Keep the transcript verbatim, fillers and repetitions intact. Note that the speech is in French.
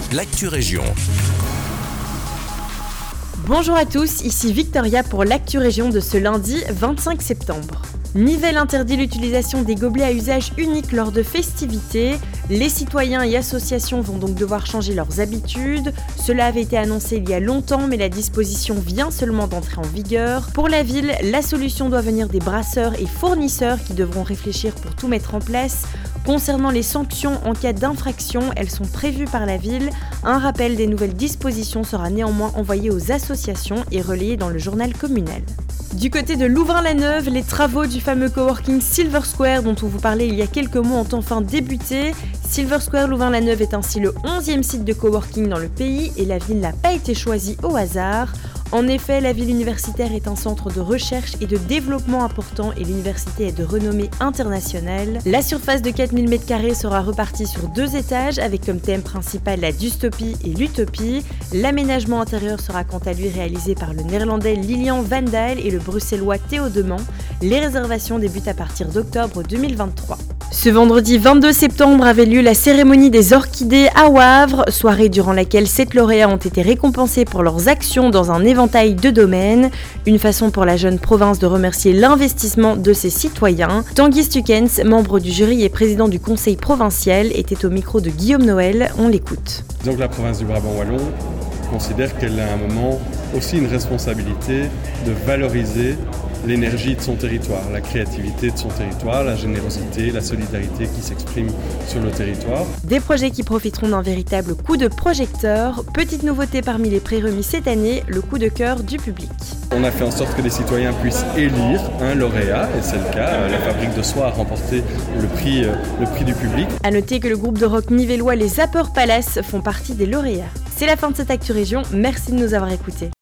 l'actu région. Bonjour à tous, ici Victoria pour l'actu région de ce lundi vingt-cinq septembre. Nivelles interdit l'utilisation des gobelets à usage unique lors de festivités. Les citoyens et associations vont donc devoir changer leurs habitudes. Cela avait été annoncé il y a longtemps, mais la disposition vient seulement d'entrer en vigueur. Pour la ville, la solution doit venir des brasseurs et fournisseurs qui devront réfléchir pour tout mettre en place. Concernant les sanctions en cas d'infraction, elles sont prévues par la ville. Un rappel des nouvelles dispositions sera néanmoins envoyé aux associations et relayé dans le journal communal. Du côté de Louvain-la-Neuve, les travaux du fameux coworking Silver Square dont on vous parlait il y a quelques mois ont enfin débuté. Silver Square Louvain-la-Neuve est ainsi le onzième site de coworking dans le pays et la ville n'a pas été choisie au hasard. En effet, la ville universitaire est un centre de recherche et de développement important et l'université est de renommée internationale. La surface de quatre mille mètres carrés sera repartie sur deux étages avec comme thème principal la dystopie et l'utopie. L'aménagement intérieur sera quant à lui réalisé par le néerlandais Lilian Van Dael et le bruxellois Théo Demand. Les réservations débutent à partir d'octobre deux mille vingt-trois. Ce vendredi vingt-deux septembre avait lieu la cérémonie des orchidées à Wavre, soirée durant laquelle sept lauréats ont été récompensés pour leurs actions dans un éventail de domaines. Une façon pour la jeune province de remercier l'investissement de ses citoyens. Tanguy Stukens, membre du jury et président du conseil provincial, était au micro de Guillaume Noël. On l'écoute. Donc la province du Brabant Wallon considère qu'elle a à un moment aussi une responsabilité de valoriser l'énergie de son territoire, la créativité de son territoire, la générosité, la solidarité qui s'exprime sur le territoire. Des projets qui profiteront d'un véritable coup de projecteur. Petite nouveauté parmi les prix-remis cette année, le coup de cœur du public. On a fait en sorte que les citoyens puissent élire un lauréat, et c'est le cas. La Fabrique de Soie a remporté le prix, le prix du public. A noter que le groupe de rock nivellois Les Upper Palace font partie des lauréats. C'est la fin de cette Actu Région, merci de nous avoir écoutés.